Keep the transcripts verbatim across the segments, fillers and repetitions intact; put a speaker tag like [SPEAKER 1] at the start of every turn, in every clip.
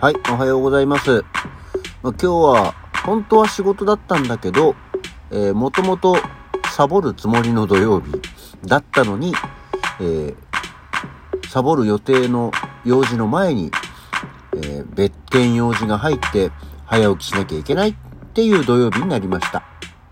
[SPEAKER 1] はい、おはようございます。まあ、今日は本当は仕事だったんだけど、えー、もともとサボるつもりの土曜日だったのに、えー、サボる予定の用事の前に、えー、別件用事が入って早起きしなきゃいけないっていう土曜日になりました。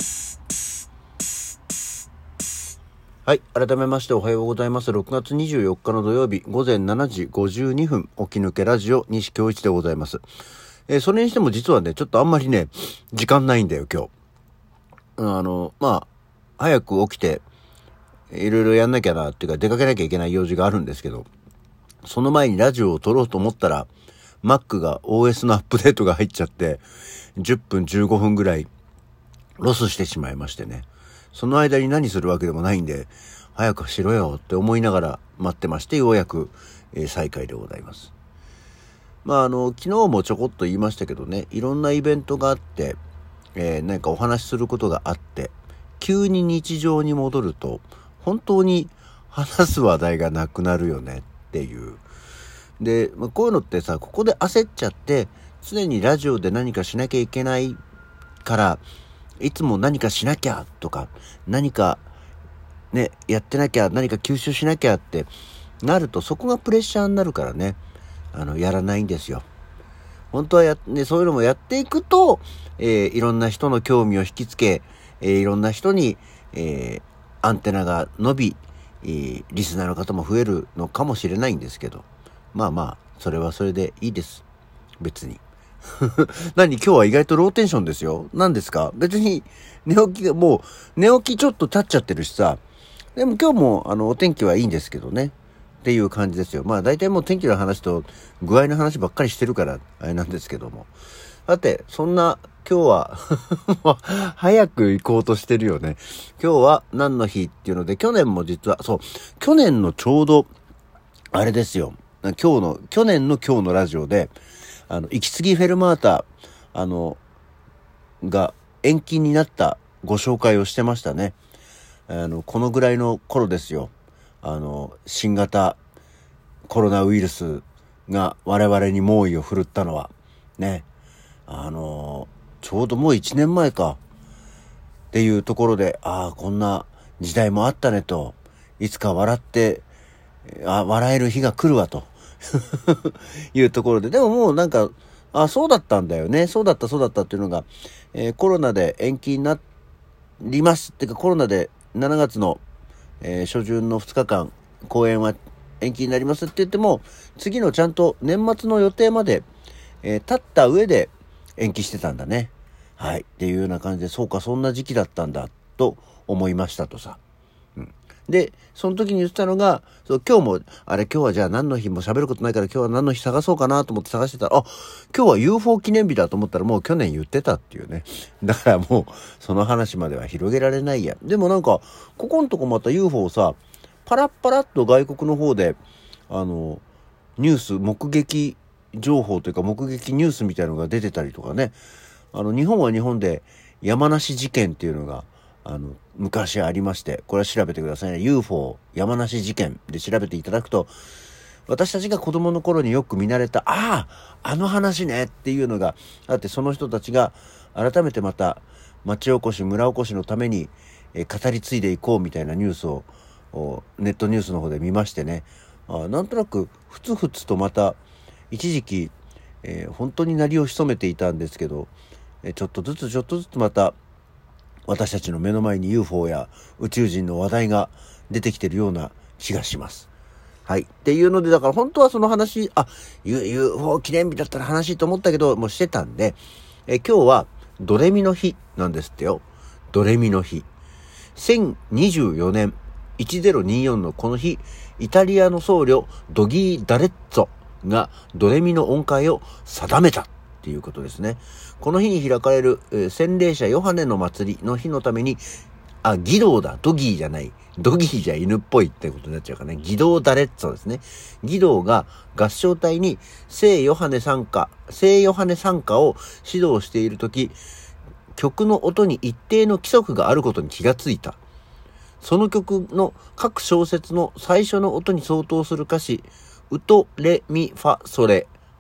[SPEAKER 1] はい、改めましておはようございます。ろくがつにじゅうよっかの土曜日午前しちじごじゅうにふん、起き抜けラジオ西京一でございます。えー、それにしても実はね、ちょっとあんまりね時間ないんだよ今日。あのまあ早く起きていろいろやんなきゃなっていうか出かけなきゃいけない用事があるんですけど、その前にラジオを撮ろうと思ったら Mac が オーエス のアップデートが入っちゃってじゅっぷんじゅうごふんぐらいロスしてしまいましてね。その間に何するわけでもないんで、早くしろよって思いながら待ってまして、ようやく、えー、再開でございます。まああの昨日もちょこっと言いましたけどね、いろんなイベントがあって、えー、何かお話しすることがあって、急に日常に戻ると本当に話す話題がなくなるよねっていう。で、まあ、こういうのってさ、ここで焦っちゃって常にラジオで何かしなきゃいけないから、いつも何かしなきゃとか何かねやってなきゃ、何か吸収しなきゃってなると、そこがプレッシャーになるからね、あのやらないんですよ。本当はや、ね、そういうのもやっていくと、えー、いろんな人の興味を引きつけ、えー、いろんな人に、えー、アンテナが伸び、えー、リスナーの方も増えるのかもしれないんですけど、まあまあそれはそれでいいです別に。何、今日は意外とローテンションですよ。何ですか？別に寝起きがもう寝起きちょっと経っちゃってるしさ。でも今日もあのお天気はいいんですけどねっていう感じですよ。まあ大体もう天気の話と具合の話ばっかりしてるからあれなんですけども。さて、そんな今日は早く行こうとしてるよね。今日は何の日っていうので、去年も実はそう去年のちょうどあれですよ。今日の去年の今日のラジオで、あの息継ぎフェルマータあのが延期になったご紹介をしてましたね。あのこのぐらいの頃ですよ。あの新型コロナウイルスが我々に猛威を振るったのはね、あのちょうどもういちねんまえかっていうところで、ああこんな時代もあったねと、いつか笑ってあ笑える日が来るわというところで、でももうなんかあそうだったんだよね、そうだったそうだったっていうのが、えー、コロナで延期になりますっていうか、コロナでしちがつの、えー、初旬のふつかかん公演は延期になりますって言っても、次のちゃんと年末の予定まで、えー、立った上で延期してたんだね。はいっていうような感じで、そうかそんな時期だったんだと思いましたとさ。うんで、その時に言ってたのが、そう今日も、あれ今日はじゃあ何の日も喋ることないから今日は何の日探そうかなと思って探してたら、あ、今日は ユーフォー 記念日だと思ったらもう去年言ってたっていうね。だからもう、その話までは広げられないや。でもなんか、ここのとこまた ユーフォー さ、パラッパラッと外国の方で、あの、ニュース、目撃情報というか目撃ニュースみたいなのが出てたりとかね。あの、日本は日本で山梨事件っていうのが、あの昔ありまして、これは調べてくださいね。 ユーフォー 山梨事件で調べていただくと、私たちが子供の頃によく見慣れた、あああの話ねっていうのがあって、その人たちが改めてまた町おこし村おこしのために、え語り継いでいこうみたいなニュースをネットニュースの方で見ましてね、あなんとなくふつふつとまた一時期、えー、本当に鳴りを潜めていたんですけど、えちょっとずつちょっとずつまた私たちの目の前に ユーフォー や宇宙人の話題が出てきてるような気がします。はい。っていうので、だから本当はその話、あ、ユーフォー 記念日だったら話と思ったけど、もうしてたんで、え今日はドレミの日なんですってよ。ドレミの日。せんにじゅうよねん、いちぜろによんのこの日、イタリアの僧侶ドギー・ダレッツォがドレミの音階を定めたっていうことですね。この日に開かれる、えー、洗礼者ヨハネの祭りの日のために、あ、義堂だ、ドギーじゃない。ドギーじゃ犬っぽいってことになっちゃうかね。義堂ダレッツォですね。義堂が合唱隊に聖ヨハネ参加、聖ヨハネ参加を指導しているとき、曲の音に一定の規則があることに気がついた。その曲の各小節の最初の音に相当する歌詞、ウトレミファソレ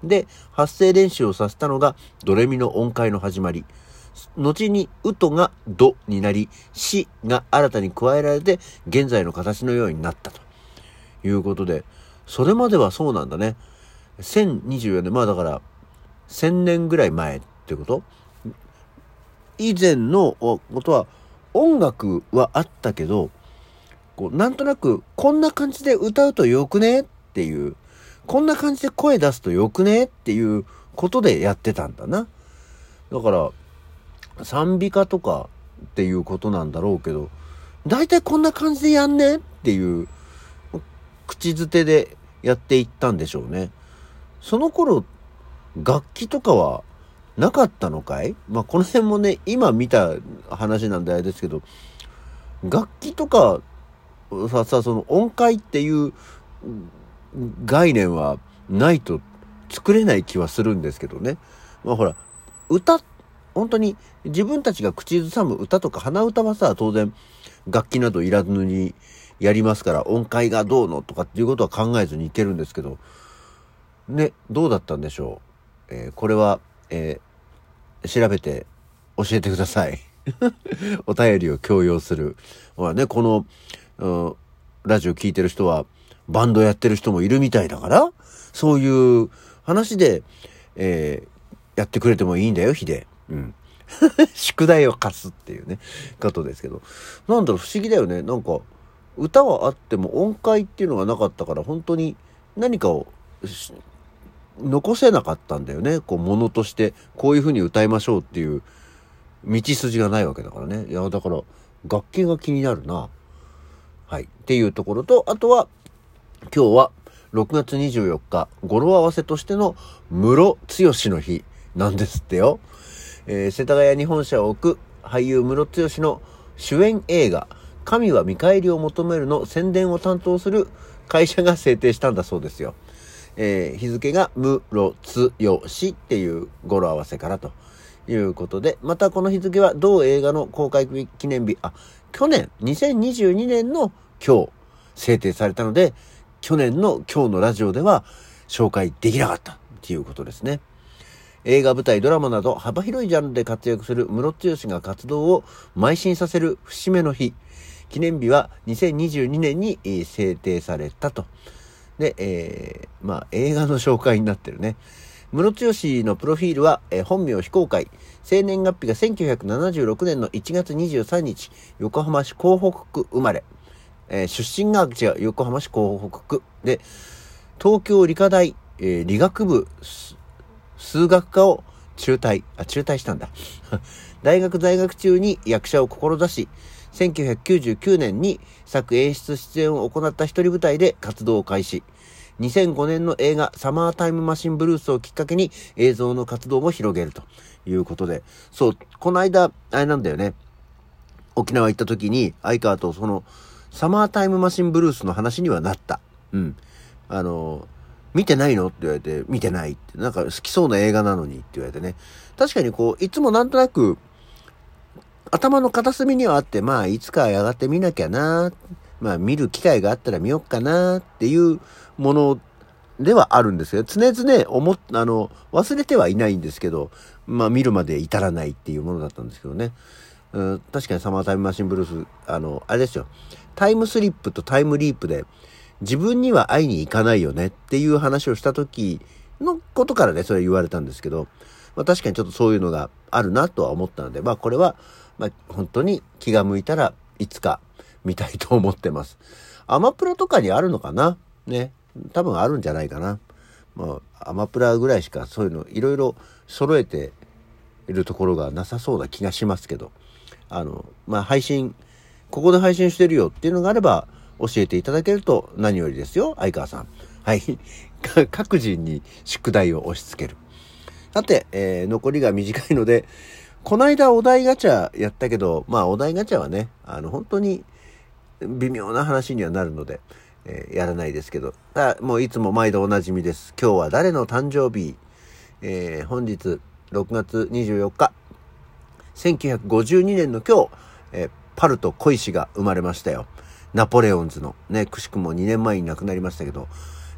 [SPEAKER 1] で、発声練習をさせたのがドレミの音階の始まり。後にウとがドになり、シが新たに加えられて現在の形のようになったということで、それまではそうなんだね。せんにじゅうよねん、まあだからせんねんぐらい前ってこと？以前のことは音楽はあったけど、こうなんとなくこんな感じで歌うとよくねっていう、こんな感じで声出すとよくねっていうことでやってたんだな。だから賛美歌とかっていうことなんだろうけど、だいたいこんな感じでやんねっていう口づてでやっていったんでしょうね。その頃楽器とかはなかったのかい？まあこの辺もね、今見た話なんであれですけど、楽器とかさ、さ、その音階っていう概念はないと作れない気はするんですけどね。まあほら、歌、本当に自分たちが口ずさむ歌とか鼻歌はさ、当然楽器などいらずにやりますから、音階がどうのとかっていうことは考えずにいけるんですけど、ね、どうだったんでしょう。えー、これは、えー、調べて教えてください。お便りを強要する。ほらね、この、うん、ラジオ聞いてる人はバンドやってる人もいるみたいだから、そういう話で、えー、やってくれてもいいんだよ、ヒデ。うん。宿題を課すっていうね、ことですけど。なんだろう、不思議だよね。なんか、歌はあっても音階っていうのがなかったから、本当に何かを残せなかったんだよね。こう、ものとして、こういう風に歌いましょうっていう道筋がないわけだからね。いや、だから、楽器が気になるな。はい。っていうところと、あとは、今日はろくがつにじゅうよっか、語呂合わせとしての室剛の日なんですってよ。えー、世田谷に本社を置く俳優室剛の主演映画、神は見返りを求めるの宣伝を担当する会社が制定したんだそうですよ。えー、日付が室剛っていう語呂合わせからということで、またこの日付は同映画の公開記念日、あ、去年、にせんにじゅうにねんの今日制定されたので、去年の今日のラジオでは紹介できなかったっていうことですね。映画、舞台、ドラマなど幅広いジャンルで活躍する室剛が活動を邁進させる節目の日。記念日はにせんにじゅうにねんに制定されたと。で、えー、まあ映画の紹介になってるね。室剛のプロフィールは、えー、本名非公開。生年月日がせんきゅうひゃくななじゅうろくねんのいちがつにじゅうさんにち、横浜市港北区生まれ。えー、出身が違う、横浜市港北区で、東京理科大、えー、理学部数学科を中退、あ、中退したんだ。大学在学中に役者を志し、せんきゅうひゃくきゅうじゅうきゅうねんに作演出出演を行った一人舞台で活動を開始。にせんごねんの映画サマータイムマシンブルースをきっかけに映像の活動も広げるということで、そう、この間、あれなんだよね。沖縄行った時に相川とそのサマータイムマシンブルースの話にはなった。うん。あの、見てないのって言われて、見てないって。なんか好きそうな映画なのにって言われてね。確かにこう、いつもなんとなく、頭の片隅にはあって、まあ、いつか上がって見なきゃな。まあ、見る機会があったら見よっかなっていうものではあるんですけど、常々思っ、あの、忘れてはいないんですけど、まあ、見るまで至らないっていうものだったんですけどね。うん、確かにサマータイムマシンブルース、あの、あれですよ。タイムスリップとタイムリープで、自分には会いに行かないよねっていう話をした時のことからね、それ言われたんですけど、まあ確かにちょっとそういうのがあるなとは思ったので、まあこれは、まあ本当に気が向いたらいつか見たいと思ってます。アマプラとかにあるのかなね。多分あるんじゃないかな。まあアマプラぐらいしかそういうのいろいろ揃えているところがなさそうな気がしますけど、あの、まあ配信、ここで配信してるよっていうのがあれば、教えていただけると何よりですよ、相川さん。はい。各人に宿題を押し付ける。さて、えー、残りが短いので、この間お題ガチャやったけど、まあお題ガチャはね、あの本当に微妙な話にはなるので、えー、やらないですけど、あ、もういつも毎度おなじみです。今日は誰の誕生日？えー、本日ろくがつにじゅうよっか、せんきゅうひゃくごじゅうにねんの今日、えー、パルト小石が生まれましたよ。ナポレオンズのね、くしくもにねんまえに亡くなりましたけど、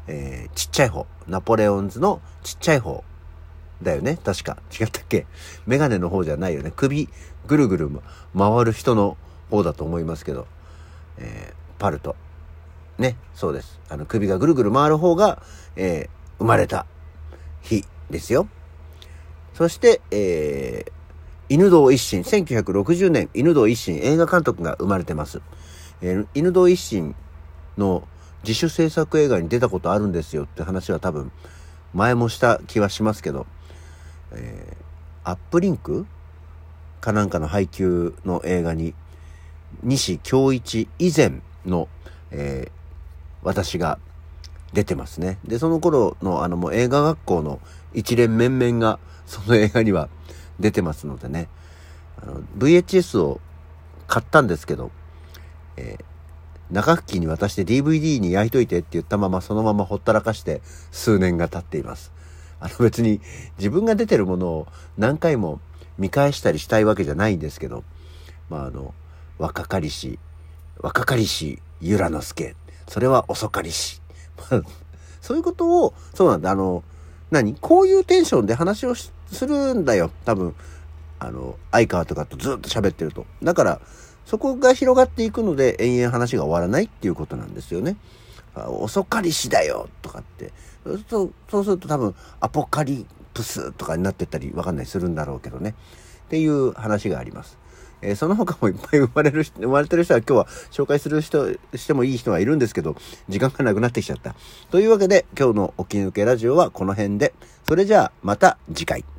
[SPEAKER 1] えー、ちっちゃい方。ナポレオンズのちっちゃい方。だよね。確か。違ったっけ？メガネの方じゃないよね。首、ぐるぐる回る人の方だと思いますけど。えー、パルト。ね。そうです。あの、首がぐるぐる回る方が、えー、生まれた日ですよ。そして、えー、犬堂一心。せんきゅうひゃくろくじゅうねん、犬堂一心映画監督が生まれてます。えー、犬堂一心の自主制作映画に出たことあるんですよって話は多分、前もした気はしますけど、えー、アップリンクかなんかの配給の映画に西京一以前の、えー、私が出てますね。でその頃のあのもう映画学校の一連面々がその映画には出てますのでね、あの ブイエイチエス を買ったんですけど、えー、中吹に渡して ディーブイディー に焼いといてって言ったままそのままほったらかして数年が経っています。あの別に自分が出てるものを何回も見返したりしたいわけじゃないんですけど、まああの若かりし若かりし由良之助、それは遅かりしそういうことを、そうなんだ、あの何こういうテンションで話をするんだよ多分、あの相川とかとずっと喋ってると。だからそこが広がっていくので延々話が終わらないっていうことなんですよね。遅かりしだよとかってそうすると、そうすると多分アポカリプスとかになってったりわかんないするんだろうけどねっていう話があります。えー、その他もいっぱい生まれる生まれてる人は今日は紹介する人してもいい人がいるんですけど、時間がなくなってきちゃったというわけで、今日の起き抜けラジオはこの辺で。それじゃあまた次回。